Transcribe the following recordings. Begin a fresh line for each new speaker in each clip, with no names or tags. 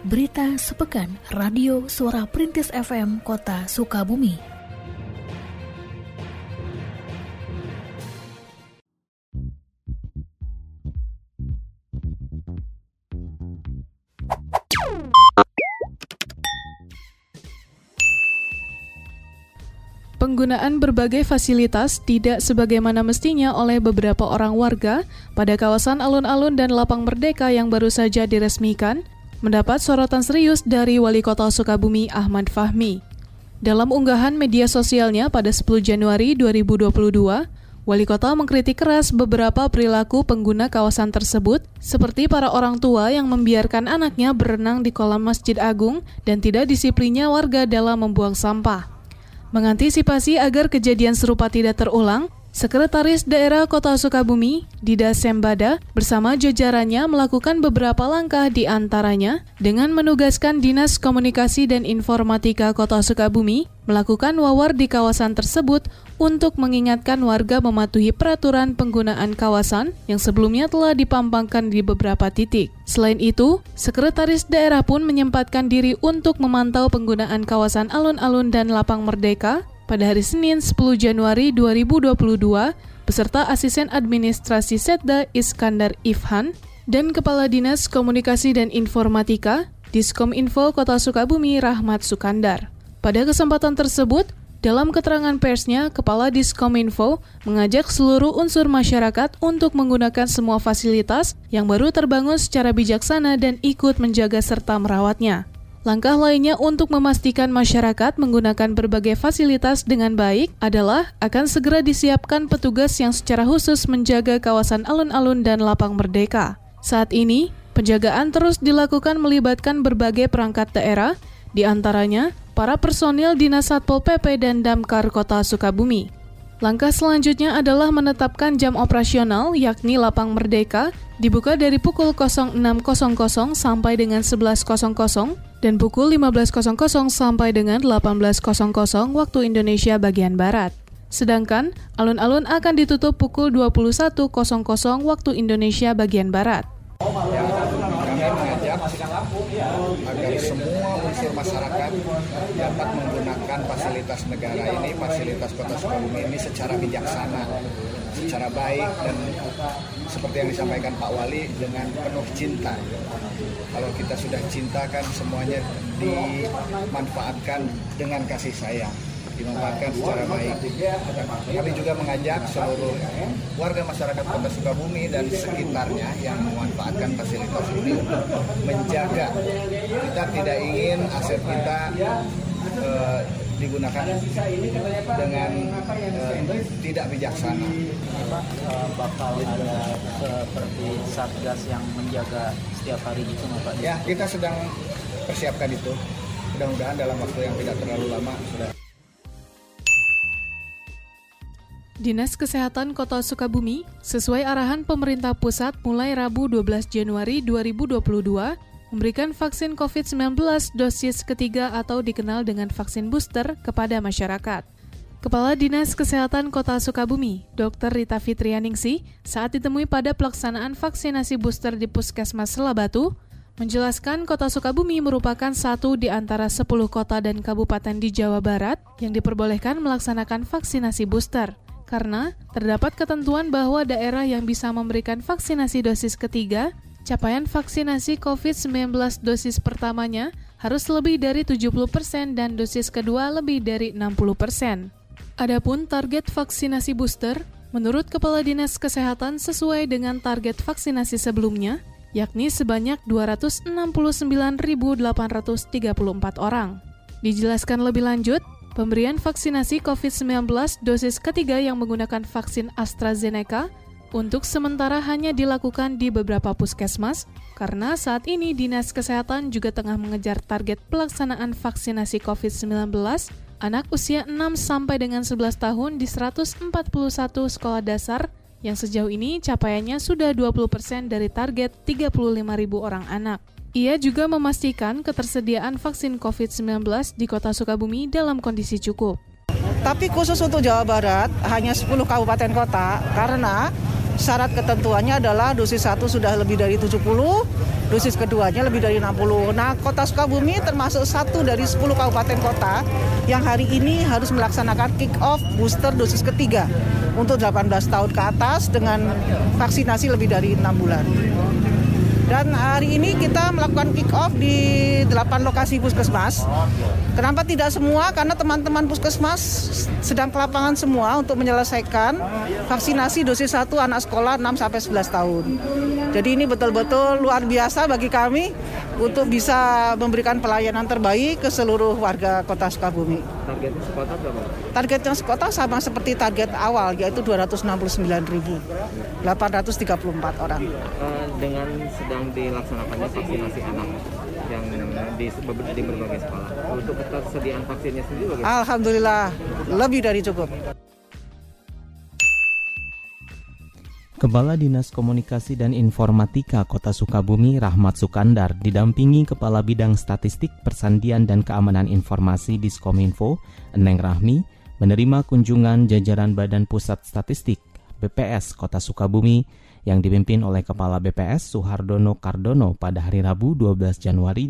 Berita sepekan Radio Suara Perintis FM Kota Sukabumi.
Penggunaan berbagai fasilitas tidak sebagaimana mestinya oleh beberapa orang warga pada kawasan alun-alun dan Lapang Merdeka yang baru saja diresmikan mendapat sorotan serius dari Wali Kota Sukabumi Ahmad Fahmi. Dalam unggahan media sosialnya pada 10 Januari 2022, Wali Kota mengkritik keras beberapa perilaku pengguna kawasan tersebut, seperti para orang tua yang membiarkan anaknya berenang di kolam Masjid Agung dan tidak disiplinnya warga dalam membuang sampah. Mengantisipasi agar kejadian serupa tidak terulang, Sekretaris Daerah Kota Sukabumi, Dida Sembada, bersama jajarannya melakukan beberapa langkah di antaranya dengan menugaskan Dinas Komunikasi dan Informatika Kota Sukabumi melakukan wawar di kawasan tersebut untuk mengingatkan warga mematuhi peraturan penggunaan kawasan yang sebelumnya telah dipampangkan di beberapa titik. Selain itu, Sekretaris Daerah pun menyempatkan diri untuk memantau penggunaan kawasan alun-alun dan Lapang Merdeka pada hari Senin 10 Januari 2022 beserta Asisten Administrasi Setda Iskandar Ifhan dan Kepala Dinas Komunikasi dan Informatika Diskominfo Kota Sukabumi Rahmat Sukandar. Pada kesempatan tersebut, dalam keterangan persnya, Kepala Diskominfo mengajak seluruh unsur masyarakat untuk menggunakan semua fasilitas yang baru terbangun secara bijaksana dan ikut menjaga serta merawatnya. Langkah lainnya untuk memastikan masyarakat menggunakan berbagai fasilitas dengan baik adalah akan segera disiapkan petugas yang secara khusus menjaga kawasan alun-alun dan Lapang Merdeka. Saat ini, penjagaan terus dilakukan melibatkan berbagai perangkat daerah, di antaranya para personil Dinas Satpol PP dan Damkar Kota Sukabumi. Langkah selanjutnya adalah menetapkan jam operasional, yakni Lapang Merdeka, dibuka dari pukul 06.00 sampai dengan 11.00 dan pukul 15.00 sampai dengan 18.00 waktu Indonesia bagian Barat. Sedangkan alun-alun akan ditutup pukul 21.00 waktu Indonesia bagian Barat.
Kami mengajak agar semua unsur masyarakat dapat menggunakan fasilitas negara ini, fasilitas Kota Sukabumi ini secara bijaksana, secara baik, dan seperti yang disampaikan Pak Wali dengan penuh cinta. Kalau kita sudah cinta kan semuanya dimanfaatkan dengan kasih sayang, dimanfaatkan secara baik. Kami juga mengajak seluruh warga masyarakat Kota Sukabumi dan sekitarnya yang memanfaatkan fasilitas ini untuk menjaga. Kita tidak ingin aset kita digunakan dengan tidak bijaksana.
Bakal ada seperti satgas yang menjaga setiap hari gitu, Pak?
Ya, kita sedang persiapkan itu. Mudah-mudahan dalam waktu yang tidak terlalu lama sudah.
Dinas Kesehatan Kota Sukabumi, sesuai arahan pemerintah pusat mulai Rabu 12 Januari 2022, memberikan vaksin COVID-19 dosis ketiga atau dikenal dengan vaksin booster kepada masyarakat. Kepala Dinas Kesehatan Kota Sukabumi, Dr. Rita Fitrianingsih, saat ditemui pada pelaksanaan vaksinasi booster di Puskesmas Selabatu, menjelaskan Kota Sukabumi merupakan satu di antara 10 kota dan kabupaten di Jawa Barat yang diperbolehkan melaksanakan vaksinasi booster. Karena terdapat ketentuan bahwa daerah yang bisa memberikan vaksinasi dosis ketiga, capaian vaksinasi COVID-19 dosis pertamanya harus lebih dari 70% dan dosis kedua lebih dari 60%. Adapun target vaksinasi booster, menurut Kepala Dinas Kesehatan sesuai dengan target vaksinasi sebelumnya, yakni sebanyak 269.834 orang. Dijelaskan lebih lanjut, pemberian vaksinasi COVID-19 dosis ketiga yang menggunakan vaksin AstraZeneca untuk sementara hanya dilakukan di beberapa puskesmas, karena saat ini Dinas Kesehatan juga tengah mengejar target pelaksanaan vaksinasi COVID-19 anak usia 6 sampai dengan 11 tahun di 141 sekolah dasar yang sejauh ini capaiannya sudah 20% dari target 35.000 orang anak. Ia juga memastikan ketersediaan vaksin COVID-19 di Kota Sukabumi dalam kondisi cukup.
Tapi khusus untuk Jawa Barat hanya 10 kabupaten kota karena Syarat ketentuannya adalah dosis 1 sudah lebih dari 70, dosis keduanya lebih dari 60. Nah, Kota Sukabumi termasuk satu dari 10 kabupaten kota yang hari ini harus melaksanakan kick-off booster dosis ketiga untuk 18 tahun ke atas dengan vaksinasi lebih dari 6 bulan. Dan hari ini kita melakukan kick-off di 8 lokasi puskesmas. Kenapa tidak semua? Karena teman-teman puskesmas sedang ke lapangan semua untuk menyelesaikan vaksinasi dosis 1 anak sekolah 6-11 tahun. Jadi ini betul-betul luar biasa bagi kami untuk bisa memberikan pelayanan terbaik ke seluruh warga Kota Sukabumi.
Targetnya sekota berapa?
Targetnya sekota sama seperti target awal, yaitu 269.834 orang.
Dengan sedang dilaksanakannya vaksinasi anak yang di berbagai sekolah, untuk ketersediaan vaksinnya sendiri bagaimana?
Alhamdulillah, lebih dari cukup.
Kepala Dinas Komunikasi dan Informatika Kota Sukabumi Rahmat Sukandar didampingi Kepala Bidang Statistik, Persandian dan Keamanan Informasi Diskominfo, Eneng Rahmi, menerima kunjungan jajaran Badan Pusat Statistik BPS Kota Sukabumi yang dipimpin oleh Kepala BPS Suhardono Kardono pada hari Rabu 12 Januari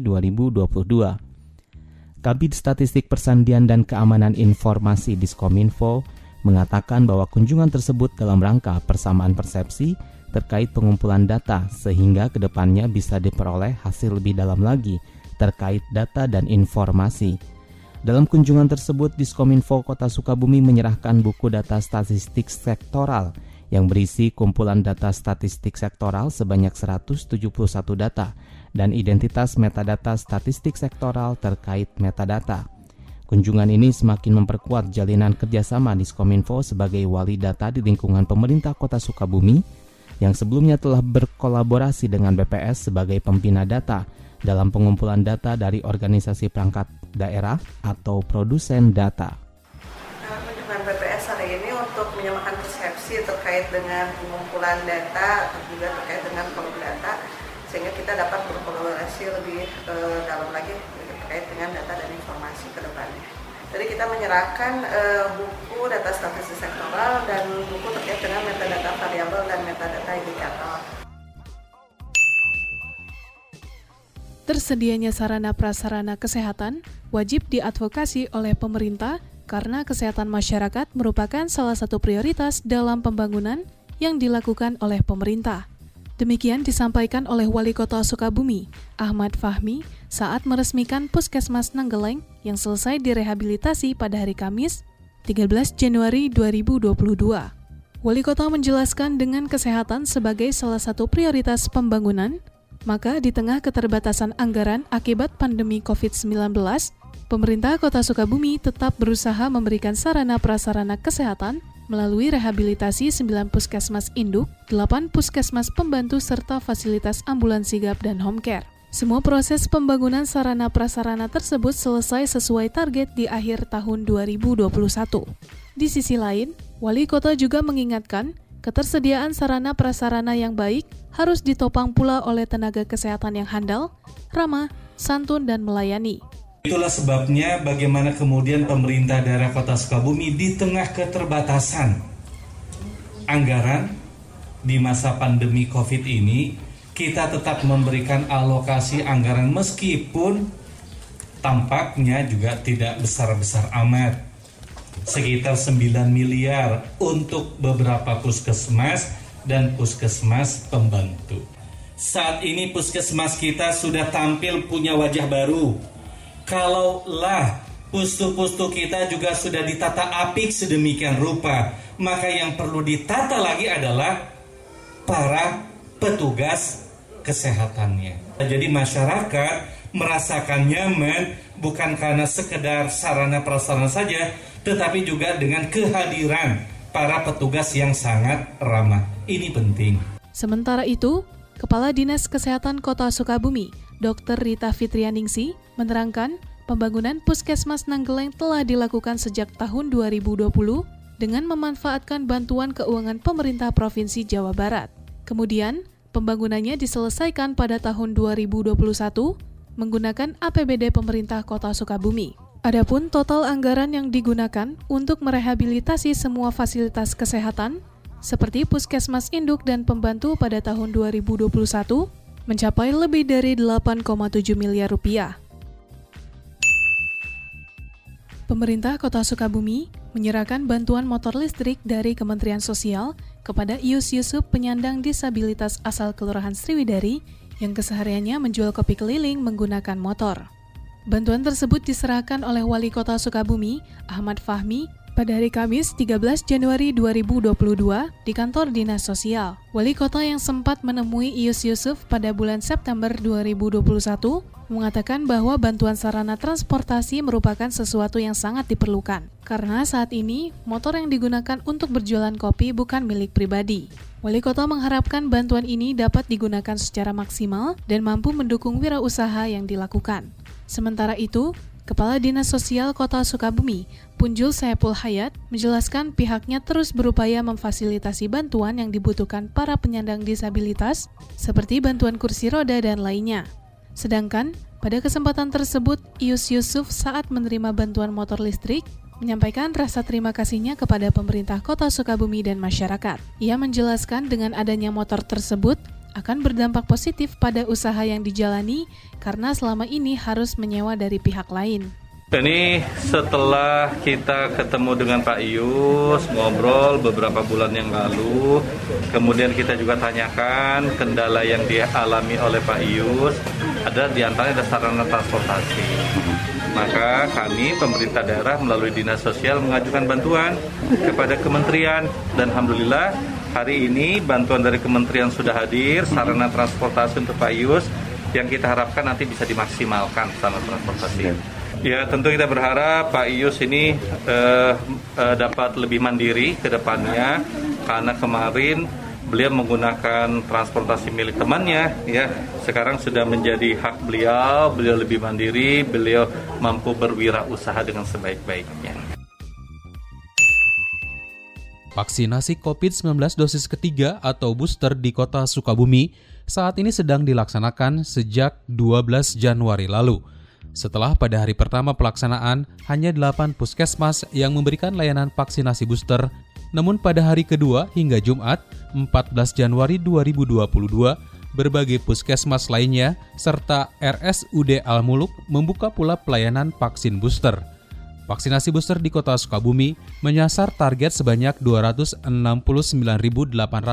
2022. Kabid Statistik Persandian dan Keamanan Informasi Diskominfo mengatakan bahwa kunjungan tersebut dalam rangka persamaan persepsi terkait pengumpulan data sehingga kedepannya bisa diperoleh hasil lebih dalam lagi terkait data dan informasi. Dalam kunjungan tersebut, Diskominfo Kota Sukabumi menyerahkan buku data statistik sektoral yang berisi kumpulan data statistik sektoral sebanyak 171 data dan identitas metadata statistik sektoral terkait metadata. Kunjungan ini semakin memperkuat jalinan kerjasama Diskominfo sebagai wali data di lingkungan pemerintah Kota Sukabumi yang sebelumnya telah berkolaborasi dengan BPS sebagai pembina data dalam pengumpulan data dari organisasi perangkat daerah atau produsen data.
Kunjungan BPS hari ini untuk menyamakan persepsi terkait dengan pengumpulan data atau juga terkait dengan volume data sehingga kita dapat berkolaborasi lebih dalam lagi terkait dengan data dan informasi ke depannya. Jadi kita menyerahkan buku data statistik sektoral dan buku terkait dengan metadata variabel dan metadata indikator.
Tersedianya sarana prasarana kesehatan wajib diadvokasi oleh pemerintah karena kesehatan masyarakat merupakan salah satu prioritas dalam pembangunan yang dilakukan oleh pemerintah. Demikian disampaikan oleh Wali Kota Sukabumi, Ahmad Fahmi, saat meresmikan Puskesmas Nanggeleng yang selesai direhabilitasi pada hari Kamis, 13 Januari 2022. Wali Kota menjelaskan dengan kesehatan sebagai salah satu prioritas pembangunan, maka di tengah keterbatasan anggaran akibat pandemi COVID-19, pemerintah Kota Sukabumi tetap berusaha memberikan sarana prasarana kesehatan melalui rehabilitasi 9 puskesmas induk, 8 puskesmas pembantu serta fasilitas ambulans sigap dan home care. Semua proses pembangunan sarana prasarana tersebut selesai sesuai target di akhir tahun 2021. Di sisi lain, Wali Kota juga mengingatkan ketersediaan sarana prasarana yang baik harus ditopang pula oleh tenaga kesehatan yang handal, ramah, santun, dan melayani.
Itulah sebabnya bagaimana kemudian pemerintah daerah Kota Sukabumi di tengah keterbatasan anggaran di masa pandemi COVID ini, kita tetap memberikan alokasi anggaran meskipun tampaknya juga tidak besar-besar amat. Sekitar 9 miliar untuk beberapa puskesmas dan puskesmas pembantu. Saat ini puskesmas kita sudah tampil punya wajah baru. Kalaulah pustu-pustu kita juga sudah ditata apik sedemikian rupa, maka yang perlu ditata lagi adalah para petugas kesehatannya. Jadi masyarakat merasakan nyaman bukan karena sekedar sarana prasarana saja, tetapi juga dengan kehadiran para petugas yang sangat ramah. Ini penting.
Sementara itu, Kepala Dinas Kesehatan Kota Sukabumi, Dr. Rita Fitrianingsi, menerangkan pembangunan Puskesmas Nanggeleng telah dilakukan sejak tahun 2020 dengan memanfaatkan bantuan keuangan pemerintah Provinsi Jawa Barat. Kemudian, pembangunannya diselesaikan pada tahun 2021 menggunakan APBD pemerintah Kota Sukabumi. Adapun total anggaran yang digunakan untuk merehabilitasi semua fasilitas kesehatan seperti puskesmas induk dan pembantu pada tahun 2021 mencapai lebih dari 8,7 miliar rupiah. Pemerintah Kota Sukabumi menyerahkan bantuan motor listrik dari Kementerian Sosial kepada Ius Yusuf penyandang disabilitas asal Kelurahan Sriwidari yang kesehariannya menjual kopi keliling menggunakan motor. Bantuan tersebut diserahkan oleh Wali Kota Sukabumi, Ahmad Fahmi, pada hari Kamis 13 Januari 2022 di kantor Dinas Sosial. Wali Kota yang sempat menemui Ius Yusuf pada bulan September 2021 mengatakan bahwa bantuan sarana transportasi merupakan sesuatu yang sangat diperlukan, karena saat ini motor yang digunakan untuk berjualan kopi bukan milik pribadi. Wali Kota mengharapkan bantuan ini dapat digunakan secara maksimal dan mampu mendukung wirausaha yang dilakukan. Sementara itu, Kepala Dinas Sosial Kota Sukabumi, Punjul Saipul Hayat, menjelaskan pihaknya terus berupaya memfasilitasi bantuan yang dibutuhkan para penyandang disabilitas, seperti bantuan kursi roda dan lainnya. Sedangkan, pada kesempatan tersebut, Ius Yusuf saat menerima bantuan motor listrik, menyampaikan rasa terima kasihnya kepada pemerintah Kota Sukabumi dan masyarakat. Ia menjelaskan dengan adanya motor tersebut, akan berdampak positif pada usaha yang dijalani karena selama ini harus menyewa dari pihak lain.
Ini setelah kita ketemu dengan Pak Ius, ngobrol beberapa bulan yang lalu, kemudian kita juga tanyakan kendala yang dialami oleh Pak Ius, ada diantaranya sarana transportasi. Maka kami pemerintah daerah melalui Dinas Sosial mengajukan bantuan kepada kementerian dan alhamdulillah hari ini bantuan dari kementerian sudah hadir, sarana transportasi untuk Pak Ius yang kita harapkan nanti bisa dimaksimalkan sarana transportasi. Ya tentu kita berharap Pak Ius ini dapat lebih mandiri ke depannya karena kemarin beliau menggunakan transportasi milik temannya, ya sekarang sudah menjadi hak beliau lebih mandiri, beliau mampu berwirausaha dengan sebaik-baiknya.
Vaksinasi COVID-19 dosis ketiga atau booster di Kota Sukabumi saat ini sedang dilaksanakan sejak 12 Januari lalu. Setelah pada hari pertama pelaksanaan hanya 8 puskesmas yang memberikan layanan vaksinasi booster, namun pada hari kedua hingga Jumat 14 Januari 2022, berbagai puskesmas lainnya serta RSUD Al-Muluk membuka pula pelayanan vaksin booster. Vaksinasi booster di Kota Sukabumi menyasar target sebanyak 269.834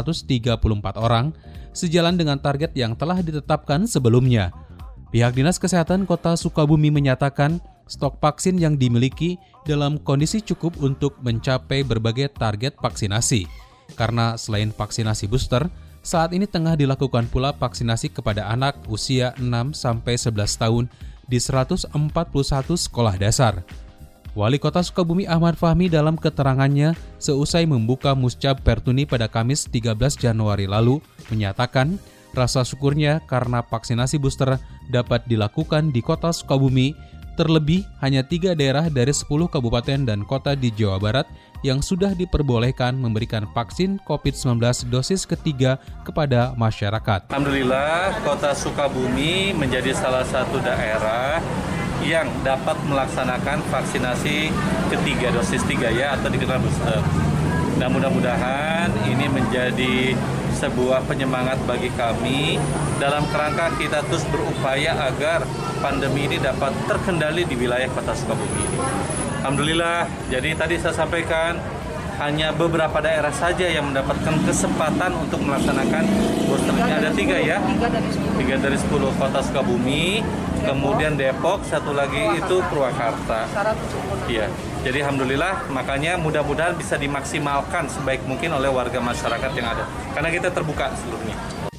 orang, sejalan dengan target yang telah ditetapkan sebelumnya. Pihak Dinas Kesehatan Kota Sukabumi menyatakan stok vaksin yang dimiliki dalam kondisi cukup untuk mencapai berbagai target vaksinasi. Karena selain vaksinasi booster, saat ini tengah dilakukan pula vaksinasi kepada anak usia 6-11 tahun di 141 sekolah dasar. Wali Kota Sukabumi Ahmad Fahmi dalam keterangannya seusai membuka Muscab Pertuni pada Kamis 13 Januari lalu menyatakan rasa syukurnya karena vaksinasi booster dapat dilakukan di Kota Sukabumi, terlebih hanya 3 daerah dari 10 kabupaten dan kota di Jawa Barat yang sudah diperbolehkan memberikan vaksin COVID-19 dosis ketiga kepada masyarakat.
Alhamdulillah, Kota Sukabumi menjadi salah satu daerah yang dapat melaksanakan vaksinasi ketiga, dosis 3 ya, atau dikenal booster. Nah mudah-mudahan ini menjadi sebuah penyemangat bagi kami dalam kerangka kita terus berupaya agar pandemi ini dapat terkendali di wilayah Kota Sukabumi ini. Alhamdulillah, jadi tadi saya sampaikan hanya beberapa daerah saja yang mendapatkan kesempatan untuk melaksanakan booster. Ada 3 ya, 3 dari 10 Kota Sukabumi, kemudian Depok, satu lagi itu Purwakarta. Iya, jadi alhamdulillah, makanya mudah-mudahan bisa dimaksimalkan sebaik mungkin oleh warga masyarakat yang ada, karena kita terbuka seluruhnya.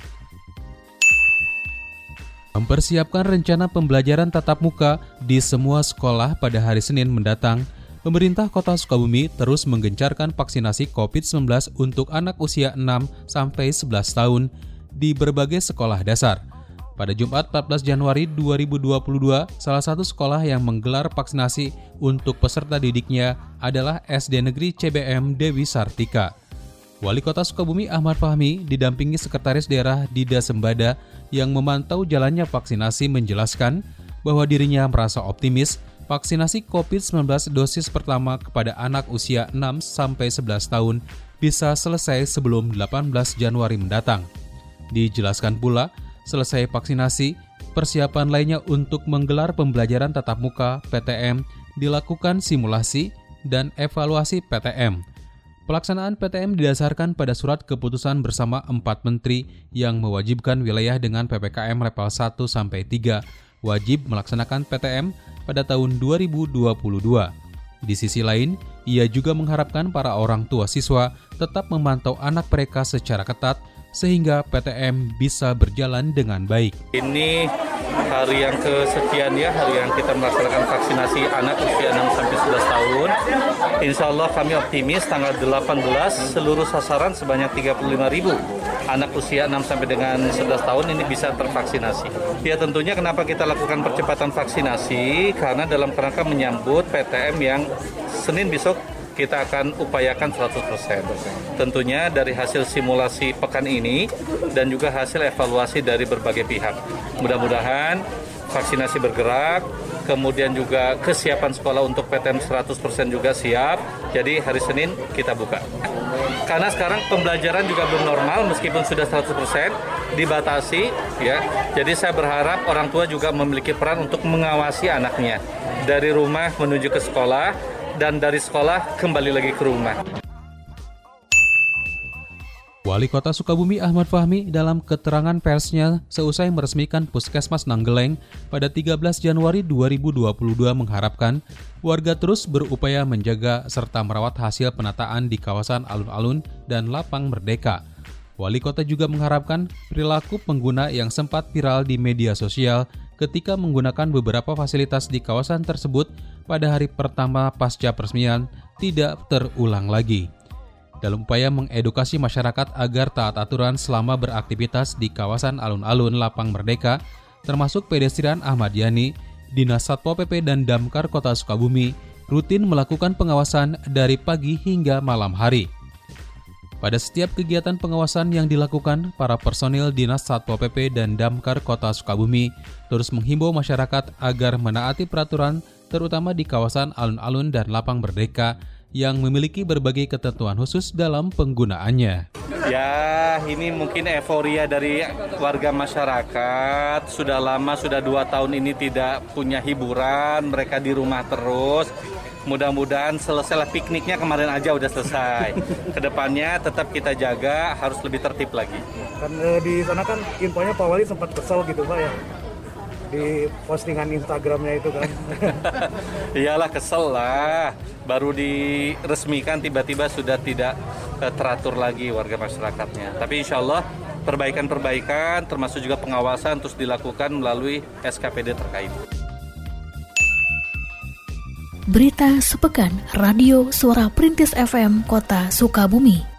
Mempersiapkan rencana pembelajaran tatap muka di semua sekolah pada hari Senin mendatang, pemerintah Kota Sukabumi terus menggencarkan vaksinasi COVID-19 untuk anak usia 6-11 tahun di berbagai sekolah dasar. Pada Jumat 14 Januari 2022, salah satu sekolah yang menggelar vaksinasi untuk peserta didiknya adalah SD Negeri CBM Dewi Sartika. Wali Kota Sukabumi Ahmad Fahmi didampingi Sekretaris Daerah Dida Sembada yang memantau jalannya vaksinasi menjelaskan bahwa dirinya merasa optimis vaksinasi COVID-19 dosis pertama kepada anak usia 6-11 tahun bisa selesai sebelum 18 Januari mendatang. Dijelaskan pula, selesai vaksinasi, persiapan lainnya untuk menggelar pembelajaran tatap muka PTM dilakukan simulasi dan evaluasi PTM. Pelaksanaan PTM didasarkan pada surat keputusan bersama 4 menteri yang mewajibkan wilayah dengan PPKM level 1-3 wajib melaksanakan PTM pada tahun 2022. Di sisi lain, ia juga mengharapkan para orang tua siswa tetap memantau anak mereka secara ketat sehingga PTM bisa berjalan dengan baik.
Ini hari yang kesekian ya, hari yang kita melaksanakan vaksinasi anak usia 6-11 tahun. Insya Allah kami optimis tanggal 18 seluruh sasaran sebanyak 35.000 anak usia 6 sampai dengan 11 tahun ini bisa tervaksinasi. Ya tentunya kenapa kita lakukan percepatan vaksinasi, karena dalam kerangka menyambut PTM yang Senin besok kita akan upayakan 100%. Tentunya dari hasil simulasi pekan ini dan juga hasil evaluasi dari berbagai pihak. Mudah-mudahan vaksinasi bergerak, kemudian juga kesiapan sekolah untuk PTM 100% juga siap. Jadi hari Senin kita buka. Karena sekarang pembelajaran juga belum normal meskipun sudah 100% dibatasi ya. Jadi saya berharap orang tua juga memiliki peran untuk mengawasi anaknya dari rumah menuju ke sekolah dan dari sekolah kembali lagi ke rumah.
Wali Kota Sukabumi Ahmad Fahmi dalam keterangan persnya seusai meresmikan Puskesmas Nanggeleng pada 13 Januari 2022 mengharapkan warga terus berupaya menjaga serta merawat hasil penataan di kawasan alun-alun dan Lapang Merdeka. Wali Kota juga mengharapkan perilaku pengguna yang sempat viral di media sosial ketika menggunakan beberapa fasilitas di kawasan tersebut pada hari pertama pasca peresmian tidak terulang lagi. Dalam upaya mengedukasi masyarakat agar taat aturan selama beraktivitas di kawasan alun-alun Lapang Merdeka, termasuk pedestrian Ahmad Yani, Dinas Satpol PP dan Damkar Kota Sukabumi rutin melakukan pengawasan dari pagi hingga malam hari. Pada setiap kegiatan pengawasan yang dilakukan, para personil Dinas Satpol PP dan Damkar Kota Sukabumi terus menghimbau masyarakat agar menaati peraturan terutama di kawasan alun-alun dan Lapang Merdeka yang memiliki berbagai ketentuan khusus dalam penggunaannya.
Ya, ini mungkin euforia dari warga masyarakat. Sudah lama, sudah 2 tahun ini tidak punya hiburan, mereka di rumah terus. Mudah-mudahan selesailah pikniknya kemarin aja udah selesai. Kedepannya tetap kita jaga, harus lebih tertib lagi.
Kan di sana kan infonya Pak Wali sempat kesal gitu Pak ya, di postingan Instagramnya itu kan.
Iyalah kesel lah, baru diresmikan tiba-tiba sudah tidak teratur lagi warga masyarakatnya. Tapi insya Allah perbaikan-perbaikan termasuk juga pengawasan terus dilakukan melalui SKPD terkait.
Berita sepekan Radio Suara Perintis FM Kota Sukabumi.